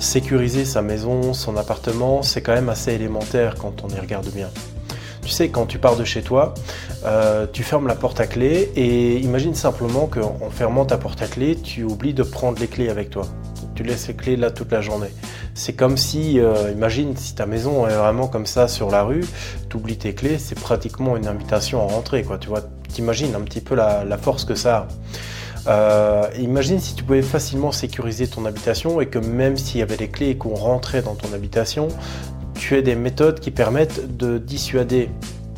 sécuriser sa maison, son appartement, c'est quand même assez élémentaire quand on y regarde bien. Tu sais, quand tu pars de chez toi, tu fermes la porte à clé et imagine simplement qu'en fermant ta porte à clé, tu oublies de prendre les clés avec toi. Tu laisses les clés là toute la journée. C'est comme si, imagine si ta maison est vraiment comme ça sur la rue, tu oublies tes clés, c'est pratiquement une invitation à rentrer, quoi. Tu vois, t'imagines un petit peu la force que ça a. Imagine si tu pouvais facilement sécuriser ton habitation et que même s'il y avait des clés et qu'on rentrait dans ton habitation, tu as des méthodes qui permettent de dissuader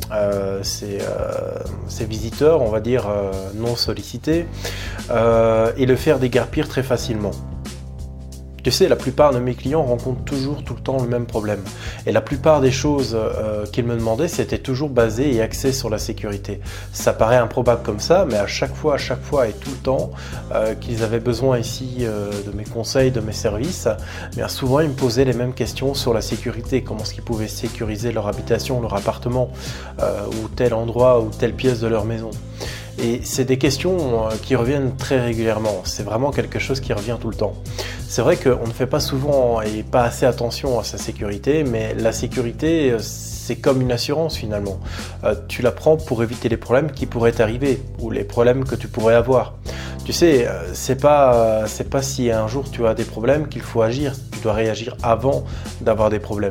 ces visiteurs, on va dire non sollicités, et le faire déguerpir très facilement. Tu sais, la plupart de mes clients rencontrent toujours tout le temps le même problème. Et la plupart des choses qu'ils me demandaient, c'était toujours basé et axé sur la sécurité. Ça paraît improbable comme ça, mais à chaque fois et tout le temps qu'ils avaient besoin ici de mes conseils, de mes services, bien souvent ils me posaient les mêmes questions sur la sécurité. Comment est-ce qu'ils pouvaient sécuriser leur habitation, leur appartement, ou tel endroit, ou telle pièce de leur maison. Et c'est des questions qui reviennent très régulièrement. C'est vraiment quelque chose qui revient tout le temps. C'est vrai qu'on ne fait pas souvent et pas assez attention à sa sécurité, mais la sécurité, c'est comme une assurance finalement. Tu la prends pour éviter les problèmes qui pourraient t'arriver ou les problèmes que tu pourrais avoir. Tu sais, c'est pas si un jour tu as des problèmes qu'il faut agir. Tu dois réagir avant d'avoir des problèmes.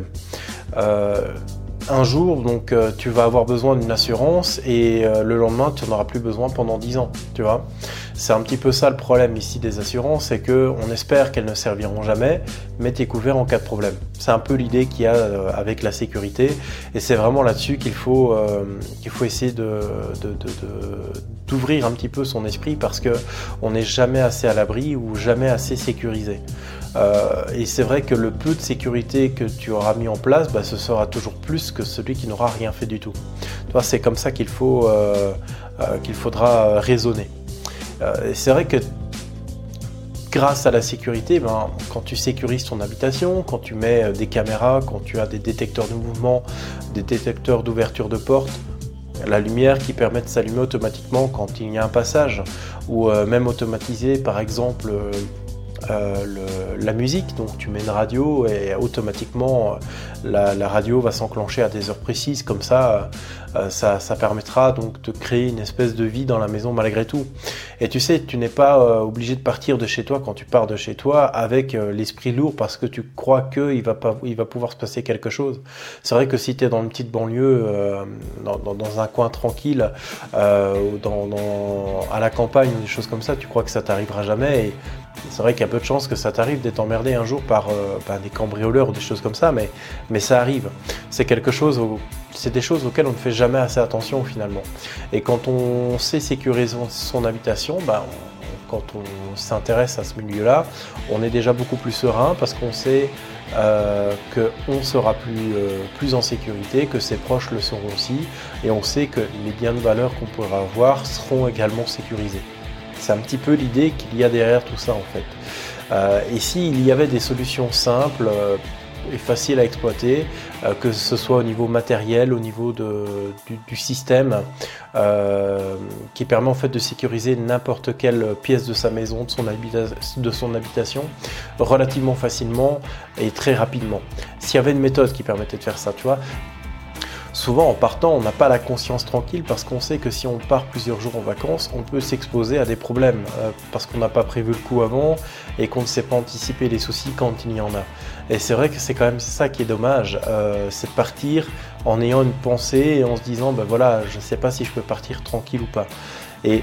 Un jour, donc, tu vas avoir besoin d'une assurance et le lendemain, tu n'en auras plus besoin pendant 10 ans, tu vois. C'est un petit peu ça le problème ici des assurances, c'est qu'on espère qu'elles ne serviront jamais, mais tu es couvert en cas de problème. C'est un peu l'idée qu'il y a avec la sécurité et c'est vraiment là-dessus qu'il faut essayer d'ouvrir un petit peu son esprit parce qu'on n'est jamais assez à l'abri ou jamais assez sécurisé. Et c'est vrai que le peu de sécurité que tu auras mis en place, ce sera toujours plus que celui qui n'aura rien fait du tout. Tu vois, c'est comme ça qu'il faudra raisonner. Et c'est vrai que grâce à la sécurité, quand tu sécurises ton habitation, quand tu mets des caméras, quand tu as des détecteurs de mouvement, des détecteurs d'ouverture de porte, la lumière qui permet de s'allumer automatiquement quand il y a un passage, ou même automatiser par exemple la musique, donc tu mets une radio et automatiquement la radio va s'enclencher à des heures précises, comme ça permettra donc de créer une espèce de vie dans la maison malgré tout. Et tu sais, tu n'es pas obligé de partir de chez toi quand tu pars de chez toi avec l'esprit lourd parce que tu crois qu'il va pouvoir se passer quelque chose. C'est vrai que si tu es dans une petite banlieue, dans un coin tranquille, à la campagne, des choses comme ça, tu crois que ça t'arrivera jamais. Et c'est vrai qu'il y a peu de chances que ça t'arrive d'être emmerdé un jour par des cambrioleurs ou des choses comme ça, mais ça arrive. C'est des choses auxquelles on ne fait jamais assez attention finalement. Et quand on sait sécuriser son habitation, quand on s'intéresse à ce milieu-là, on est déjà beaucoup plus serein parce qu'on sait qu'on sera plus en sécurité, que ses proches le seront aussi, et on sait que les biens de valeur qu'on pourra avoir seront également sécurisés. C'est un petit peu l'idée qu'il y a derrière tout ça en fait. Et s'il y avait des solutions simples et faciles à exploiter, que ce soit au niveau matériel, au niveau du système, qui permet en fait de sécuriser n'importe quelle pièce de sa maison, de son habitation, relativement facilement et très rapidement. S'il y avait une méthode qui permettait de faire ça, tu vois. Souvent en partant, on n'a pas la conscience tranquille parce qu'on sait que si on part plusieurs jours en vacances, on peut s'exposer à des problèmes parce qu'on n'a pas prévu le coup avant et qu'on ne sait pas anticiper les soucis quand il y en a. Et c'est vrai que c'est quand même ça qui est dommage, c'est de partir en ayant une pensée et en se disant je ne sais pas si je peux partir tranquille ou pas. Et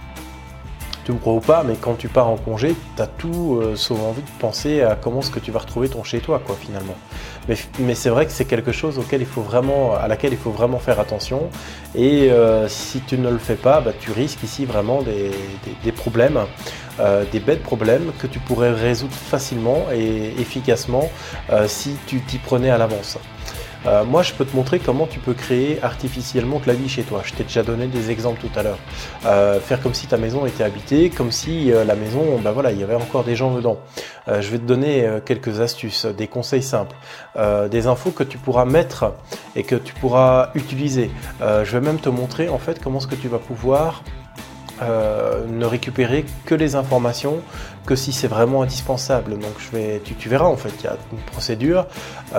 tu me crois ou pas, mais quand tu pars en congé, tu as tout sauf envie de penser à comment est-ce que tu vas retrouver ton chez-toi, quoi, finalement. Mais c'est vrai que c'est quelque chose à laquelle il faut vraiment faire attention. Et si tu ne le fais pas, tu risques ici vraiment des problèmes, des bêtes problèmes que tu pourrais résoudre facilement et efficacement si tu t'y prenais à l'avance. Moi, je peux te montrer comment tu peux créer artificiellement de la vie chez toi. Je t'ai déjà donné des exemples tout à l'heure. Faire comme si ta maison était habitée, comme si la maison, il y avait encore des gens dedans. Je vais te donner quelques astuces, des conseils simples, des infos que tu pourras mettre et que tu pourras utiliser. Je vais même te montrer en fait comment est-ce que tu vas pouvoir ne récupérer que les informations que si c'est vraiment indispensable. Donc tu verras en fait, il y a une procédure.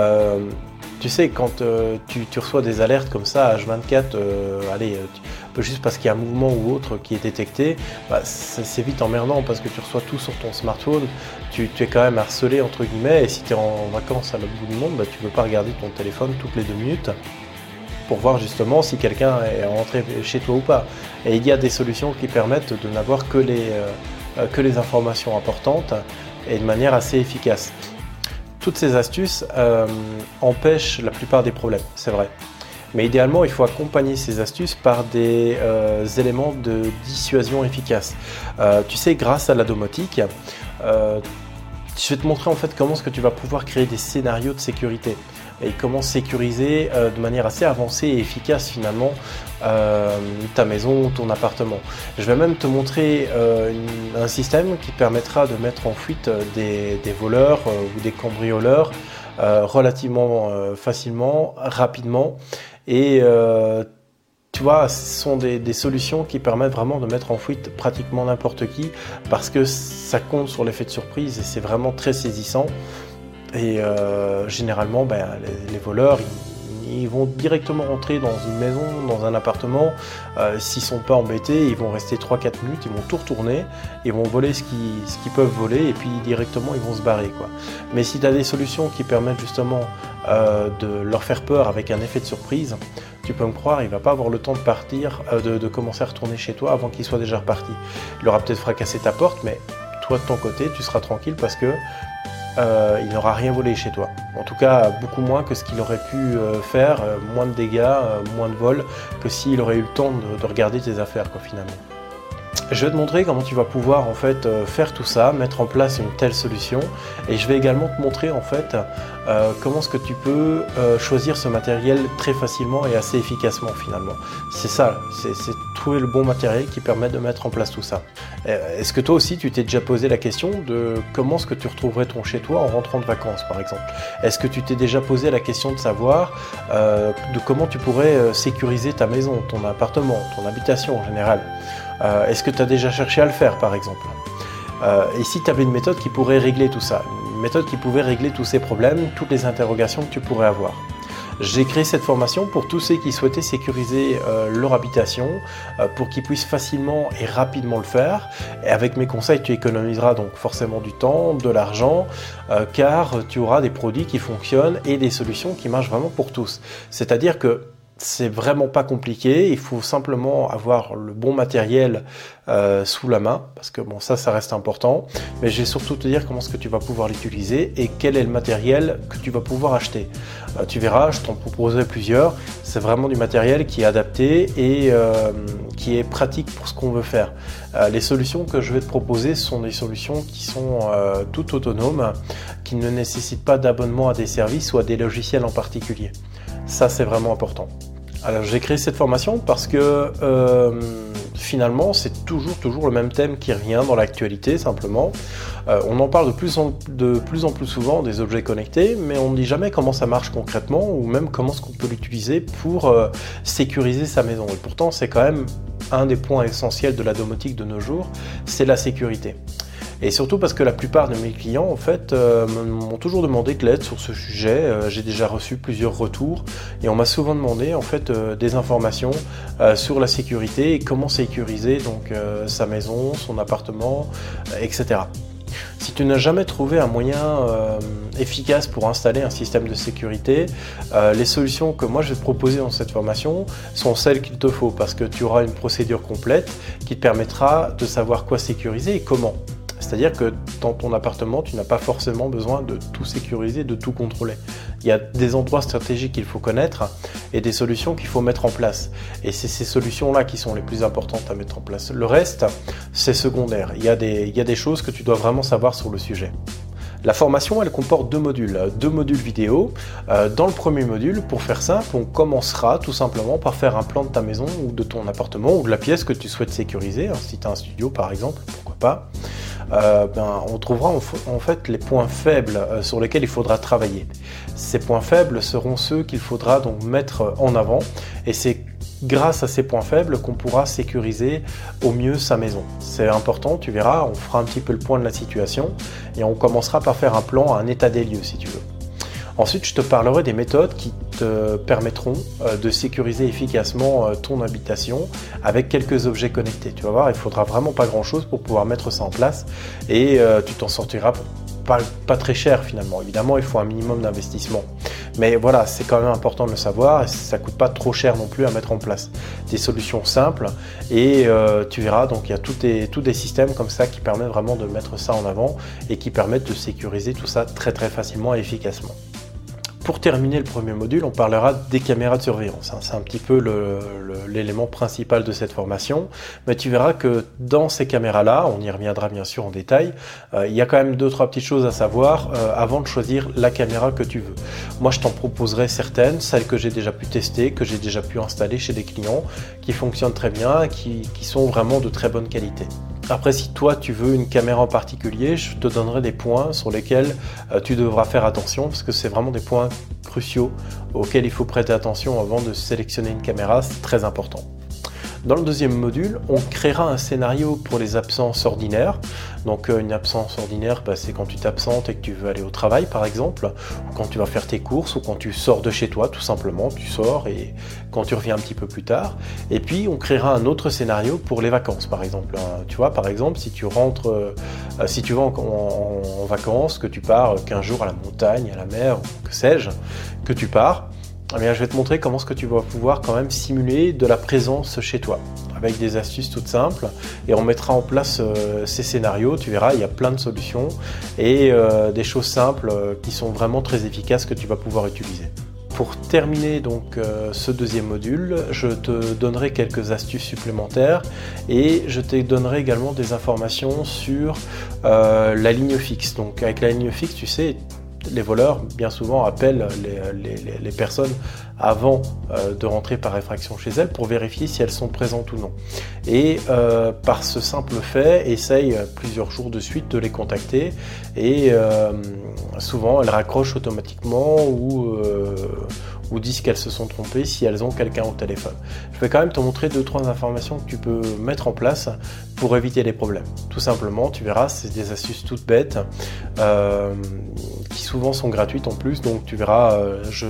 Tu sais, quand tu reçois des alertes comme ça, H24, juste parce qu'il y a un mouvement ou autre qui est détecté, c'est vite emmerdant parce que tu reçois tout sur ton smartphone, tu es quand même harcelé entre guillemets, et si tu es en vacances à l'autre bout du monde, tu ne peux pas regarder ton téléphone toutes les 2 minutes pour voir justement si quelqu'un est rentré chez toi ou pas. Et il y a des solutions qui permettent de n'avoir que les informations importantes et de manière assez efficace. Toutes ces astuces empêchent la plupart des problèmes, c'est vrai. Mais idéalement, il faut accompagner ces astuces par des éléments de dissuasion efficaces. Tu sais, grâce à la domotique, je vais te montrer en fait comment est-ce que tu vas pouvoir créer des scénarios de sécurité et comment sécuriser de manière assez avancée et efficace finalement ta maison ou ton appartement. Je vais même te montrer un système qui permettra de mettre en fuite des voleurs ou des cambrioleurs relativement facilement, rapidement, et tu vois, ce sont des solutions qui permettent vraiment de mettre en fuite pratiquement n'importe qui parce que ça compte sur l'effet de surprise et c'est vraiment très saisissant. Et généralement, les voleurs, ils vont directement rentrer dans une maison, dans un appartement. S'ils ne sont pas embêtés, ils vont rester 3-4 minutes, ils vont tout retourner, ils vont voler ce qu'ils peuvent voler et puis directement ils vont se barrer, quoi. Mais si tu as des solutions qui permettent justement de leur faire peur avec un effet de surprise, tu peux me croire, il ne va pas avoir le temps de partir, de commencer à retourner chez toi avant qu'il soit déjà reparti. Il aura peut-être fracassé ta porte, mais toi de ton côté, tu seras tranquille parce que il n'aura rien volé chez toi. En tout cas, beaucoup moins que ce qu'il aurait pu faire, moins de dégâts, moins de vols, que s'il aurait eu le temps de regarder tes affaires, quoi, finalement. Je vais te montrer comment tu vas pouvoir en fait faire tout ça, mettre en place une telle solution, et je vais également te montrer en fait comment est-ce que tu peux choisir ce matériel très facilement et assez efficacement finalement. C'est ça, c'est trouver le bon matériel qui permet de mettre en place tout ça. Est-ce que toi aussi tu t'es déjà posé la question de comment est-ce que tu retrouverais ton chez toi en rentrant de vacances par exemple? Est-ce que tu t'es déjà posé la question de savoir de comment tu pourrais sécuriser ta maison, ton appartement, ton habitation en général? Est-ce que tu as déjà cherché à le faire par exemple? Et si tu avais une méthode qui pourrait régler tout ça, une méthode qui pouvait régler tous ces problèmes, toutes les interrogations que tu pourrais avoir. J'ai créé cette formation pour tous ceux qui souhaitaient sécuriser leur habitation, pour qu'ils puissent facilement et rapidement le faire. Et avec mes conseils, tu économiseras donc forcément du temps, de l'argent, car tu auras des produits qui fonctionnent et des solutions qui marchent vraiment pour tous. C'est-à-dire que c'est vraiment pas compliqué, il faut simplement avoir le bon matériel sous la main, parce que bon, ça reste important, mais je vais surtout te dire comment est-ce que tu vas pouvoir l'utiliser et quel est le matériel que tu vas pouvoir acheter. Tu verras, je t'en proposerai plusieurs, c'est vraiment du matériel qui est adapté et qui est pratique pour ce qu'on veut faire. Les solutions que je vais te proposer sont des solutions qui sont toutes autonomes, qui ne nécessitent pas d'abonnement à des services ou à des logiciels en particulier. Ça, c'est vraiment important. Alors, j'ai créé cette formation parce que finalement, c'est toujours le même thème qui revient dans l'actualité, simplement. On en parle de plus en plus souvent des objets connectés, mais on ne dit jamais comment ça marche concrètement ou même comment est-ce qu'on peut l'utiliser pour sécuriser sa maison. Et pourtant, c'est quand même un des points essentiels de la domotique de nos jours, c'est la sécurité. Et surtout parce que la plupart de mes clients en fait m'ont toujours demandé de l'aide sur ce sujet. J'ai déjà reçu plusieurs retours et on m'a souvent demandé en fait des informations sur la sécurité et comment sécuriser donc sa maison, son appartement, etc. Si tu n'as jamais trouvé un moyen efficace pour installer un système de sécurité, les solutions que moi je vais te proposer dans cette formation sont celles qu'il te faut parce que tu auras une procédure complète qui te permettra de savoir quoi sécuriser et comment. C'est-à-dire que dans ton appartement, tu n'as pas forcément besoin de tout sécuriser, de tout contrôler. Il y a des endroits stratégiques qu'il faut connaître et des solutions qu'il faut mettre en place. Et c'est ces solutions-là qui sont les plus importantes à mettre en place. Le reste, c'est secondaire. Il y a des choses que tu dois vraiment savoir sur le sujet. La formation, elle comporte deux modules vidéo. Dans le premier module, pour faire simple, on commencera tout simplement par faire un plan de ta maison ou de ton appartement ou de la pièce que tu souhaites sécuriser. Si tu as un studio par exemple, pourquoi pas. On trouvera en fait les points faibles sur lesquels il faudra travailler. Ces points faibles seront ceux qu'il faudra donc mettre en avant et c'est grâce à ces points faibles qu'on pourra sécuriser au mieux sa maison. C'est important, tu verras, on fera un petit peu le point de la situation et on commencera par faire un plan, un état des lieux si tu veux. Ensuite, je te parlerai des méthodes qui te permettront de sécuriser efficacement ton habitation avec quelques objets connectés. Tu vas voir, il ne faudra vraiment pas grand-chose pour pouvoir mettre ça en place et tu t'en sortiras pas très cher finalement. Évidemment, il faut un minimum d'investissement. Mais voilà, c'est quand même important de le savoir et ça ne coûte pas trop cher non plus à mettre en place. Des solutions simples et tu verras, donc il y a tous des systèmes comme ça qui permettent vraiment de mettre ça en avant et qui permettent de sécuriser tout ça très très facilement et efficacement. Pour terminer le premier module, on parlera des caméras de surveillance. C'est un petit peu l'élément principal de cette formation. Mais tu verras que dans ces caméras-là, on y reviendra bien sûr en détail, il y a quand même 2-3 petites choses à savoir avant de choisir la caméra que tu veux. Moi, je t'en proposerai certaines, celles que j'ai déjà pu tester, que j'ai déjà pu installer chez des clients, qui fonctionnent très bien, qui sont vraiment de très bonne qualité. Après, si toi tu veux une caméra en particulier, je te donnerai des points sur lesquels tu devras faire attention parce que c'est vraiment des points cruciaux auxquels il faut prêter attention avant de sélectionner une caméra, c'est très important. Dans le deuxième module, on créera un scénario pour les absences ordinaires. Donc une absence ordinaire, c'est quand tu t'absentes et que tu veux aller au travail par exemple, ou quand tu vas faire tes courses, ou quand tu sors de chez toi tout simplement, tu sors et quand tu reviens un petit peu plus tard. Et puis on créera un autre scénario pour les vacances par exemple. Tu vois, par exemple, si tu rentres, si tu vas en vacances, que tu pars 15 jours à la montagne, à la mer, ou que sais-je, que tu pars, eh bien, je vais te montrer comment est-ce que tu vas pouvoir quand même simuler de la présence chez toi avec des astuces toutes simples et on mettra en place ces scénarios, tu verras, il y a plein de solutions et des choses simples qui sont vraiment très efficaces que tu vas pouvoir utiliser. Pour terminer donc ce deuxième module, je te donnerai quelques astuces supplémentaires et je te donnerai également des informations sur la ligne fixe. Donc avec la ligne fixe, tu sais, les voleurs, bien souvent, appellent les personnes avant de rentrer par effraction chez elles pour vérifier si elles sont présentes ou non. Et par ce simple fait, essayent plusieurs jours de suite de les contacter et souvent elles raccrochent automatiquement ou disent qu'elles se sont trompées si elles ont quelqu'un au téléphone. Je vais quand même te montrer 2-3 informations que tu peux mettre en place pour éviter les problèmes. Tout simplement, tu verras, c'est des astuces toutes bêtes qui souvent sont gratuites en plus, donc tu verras,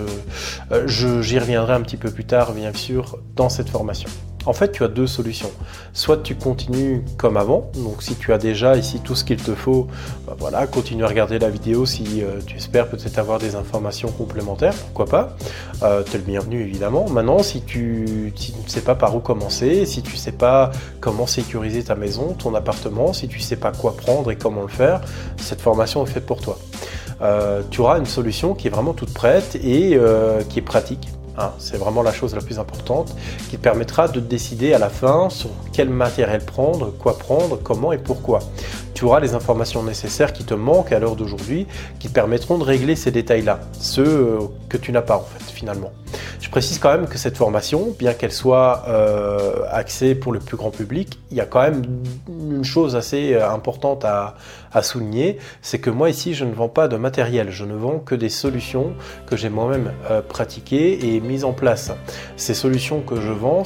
j'y reviendrai un petit peu plus tard, bien sûr, dans cette formation. En fait, tu as deux solutions. Soit tu continues comme avant, donc si tu as déjà ici tout ce qu'il te faut, voilà, continue à regarder la vidéo si tu espères peut-être avoir des informations complémentaires, pourquoi pas. T'es le bienvenu évidemment. Maintenant, si tu ne sais pas par où commencer, si tu ne sais pas comment sécuriser ta maison, ton appartement, si tu ne sais pas quoi prendre et comment le faire, cette formation est faite pour toi. Tu auras une solution qui est vraiment toute prête et qui est pratique. C'est vraiment la chose la plus importante qui te permettra de décider à la fin sur quel matériel prendre, quoi prendre, comment et pourquoi. Tu auras les informations nécessaires qui te manquent à l'heure d'aujourd'hui qui te permettront de régler ces détails-là, ceux que tu n'as pas en fait finalement. Je précise quand même que cette formation, bien qu'elle soit axée pour le plus grand public, il y a quand même une chose assez importante à souligner, c'est que moi ici je ne vends pas de matériel, je ne vends que des solutions que j'ai moi-même pratiquées et mises en place. Ces solutions que je vends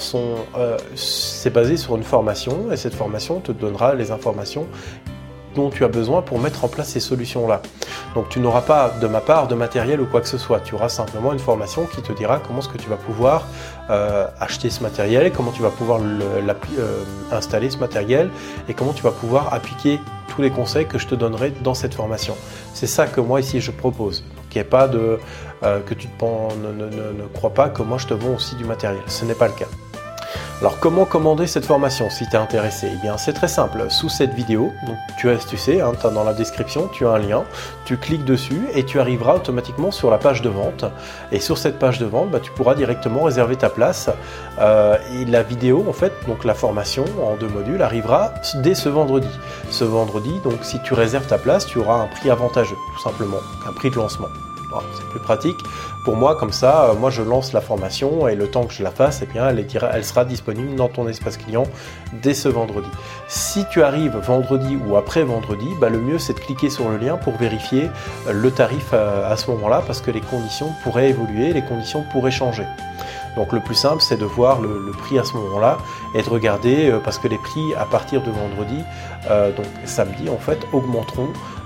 c'est basé sur une formation et cette formation te donnera les informations dont tu as besoin pour mettre en place ces solutions-là. Donc tu n'auras pas de ma part de matériel ou quoi que ce soit, tu auras simplement une formation qui te dira comment est-ce que tu vas pouvoir acheter ce matériel, comment tu vas pouvoir installer ce matériel et comment tu vas pouvoir appliquer tous les conseils que je te donnerai dans cette formation. C'est ça que moi ici je propose. Donc il n'y a pas de que tu ne crois pas que moi je te vends aussi du matériel, ce n'est pas le cas. Alors comment commander cette formation si tu es intéressé? Eh bien c'est très simple, sous cette vidéo, donc tu sais, dans la description, tu as un lien, tu cliques dessus et tu arriveras automatiquement sur la page de vente. Et sur cette page de vente, tu pourras directement réserver ta place. Et la vidéo, en fait, donc la formation en 2 modules arrivera dès ce vendredi. Ce vendredi, donc si tu réserves ta place, tu auras un prix avantageux, tout simplement, un prix de lancement. C'est plus pratique pour moi, comme ça, moi je lance la formation et le temps que je la fasse, eh bien, elle sera disponible dans ton espace client dès ce vendredi. Si tu arrives vendredi ou après vendredi, le mieux c'est de cliquer sur le lien pour vérifier le tarif à ce moment-là parce que les conditions pourraient évoluer, les conditions pourraient changer. Donc le plus simple, c'est de voir le prix à ce moment-là et de regarder, parce que les prix à partir de vendredi, donc samedi en fait, augmenteront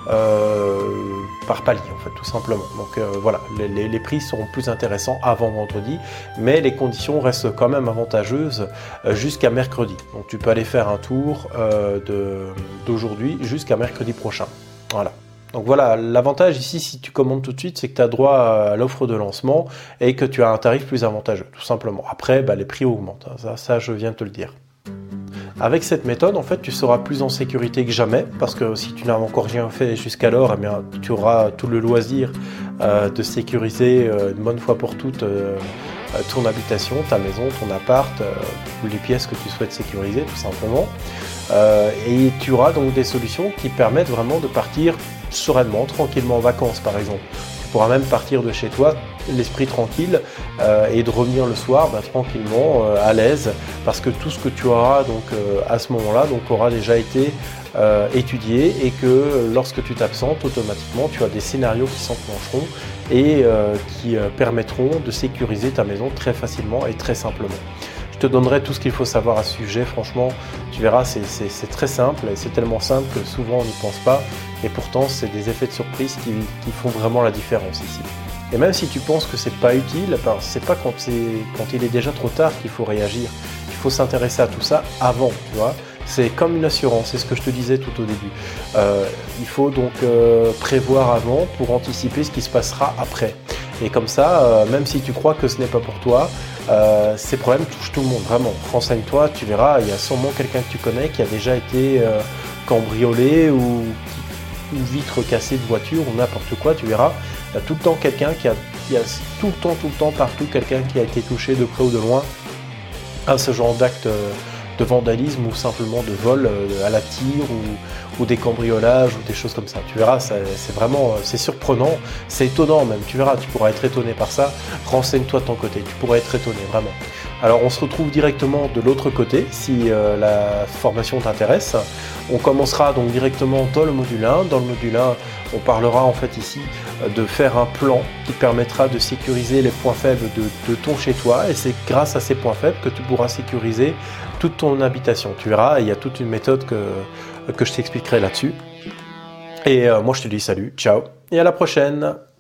par palier en fait, tout simplement. Donc voilà, les prix seront plus intéressants avant vendredi, mais les conditions restent quand même avantageuses jusqu'à mercredi. Donc tu peux aller faire un tour d'aujourd'hui jusqu'à mercredi prochain. Voilà. Donc voilà, l'avantage ici, si tu commandes tout de suite, c'est que tu as droit à l'offre de lancement et que tu as un tarif plus avantageux, tout simplement. Après, les prix augmentent, ça je viens de te le dire. Avec cette méthode, en fait, tu seras plus en sécurité que jamais, parce que si tu n'as encore rien fait jusqu'alors, eh bien, tu auras tout le loisir de sécuriser une bonne fois pour toutes ton habitation, ta maison, ton appart, ou les pièces que tu souhaites sécuriser, tout simplement. Et tu auras donc des solutions qui permettent vraiment de partir sereinement, tranquillement en vacances, par exemple. Tu pourras même partir de chez toi l'esprit tranquille et de revenir le soir tranquillement, à l'aise, parce que tout ce que tu auras donc à ce moment-là aura déjà été étudié, et que lorsque tu t'absentes, automatiquement tu as des scénarios qui s'enclencheront et qui permettront de sécuriser ta maison très facilement et très simplement. Je te donnerai tout ce qu'il faut savoir à ce sujet, franchement, tu verras, c'est très simple, et c'est tellement simple que souvent on n'y pense pas, et pourtant c'est des effets de surprise qui font vraiment la différence ici. Et même si tu penses que c'est pas utile, c'est pas quand il est déjà trop tard qu'il faut réagir. Il faut s'intéresser à tout ça avant, tu vois. C'est comme une assurance, c'est ce que je te disais tout au début. Il faut donc prévoir avant pour anticiper ce qui se passera après. Et comme ça, même si tu crois que ce n'est pas pour toi, ces problèmes touchent tout le monde, vraiment. Renseigne-toi, tu verras, il y a sûrement quelqu'un que tu connais qui a déjà été cambriolé ou une vitre cassée de voiture ou n'importe quoi, tu verras. Il y a tout le temps quelqu'un tout le temps, partout, quelqu'un qui a été touché de près ou de loin à ce genre d'acte de vandalisme ou simplement de vol à la tire ou des cambriolages ou des choses comme ça. Tu verras, c'est surprenant, c'est étonnant même, tu verras, tu pourras être étonné par ça. Renseigne-toi de ton côté, tu pourras être étonné, vraiment. Alors on se retrouve directement de l'autre côté si la formation t'intéresse. On commencera donc directement dans le module 1. Dans le module 1, on parlera en fait ici de faire un plan qui permettra de sécuriser les points faibles de ton chez toi, et c'est grâce à ces points faibles que tu pourras sécuriser toute ton habitation. Tu verras, il y a toute une méthode que je t'expliquerai là-dessus. Et moi je te dis salut, ciao et à la prochaine.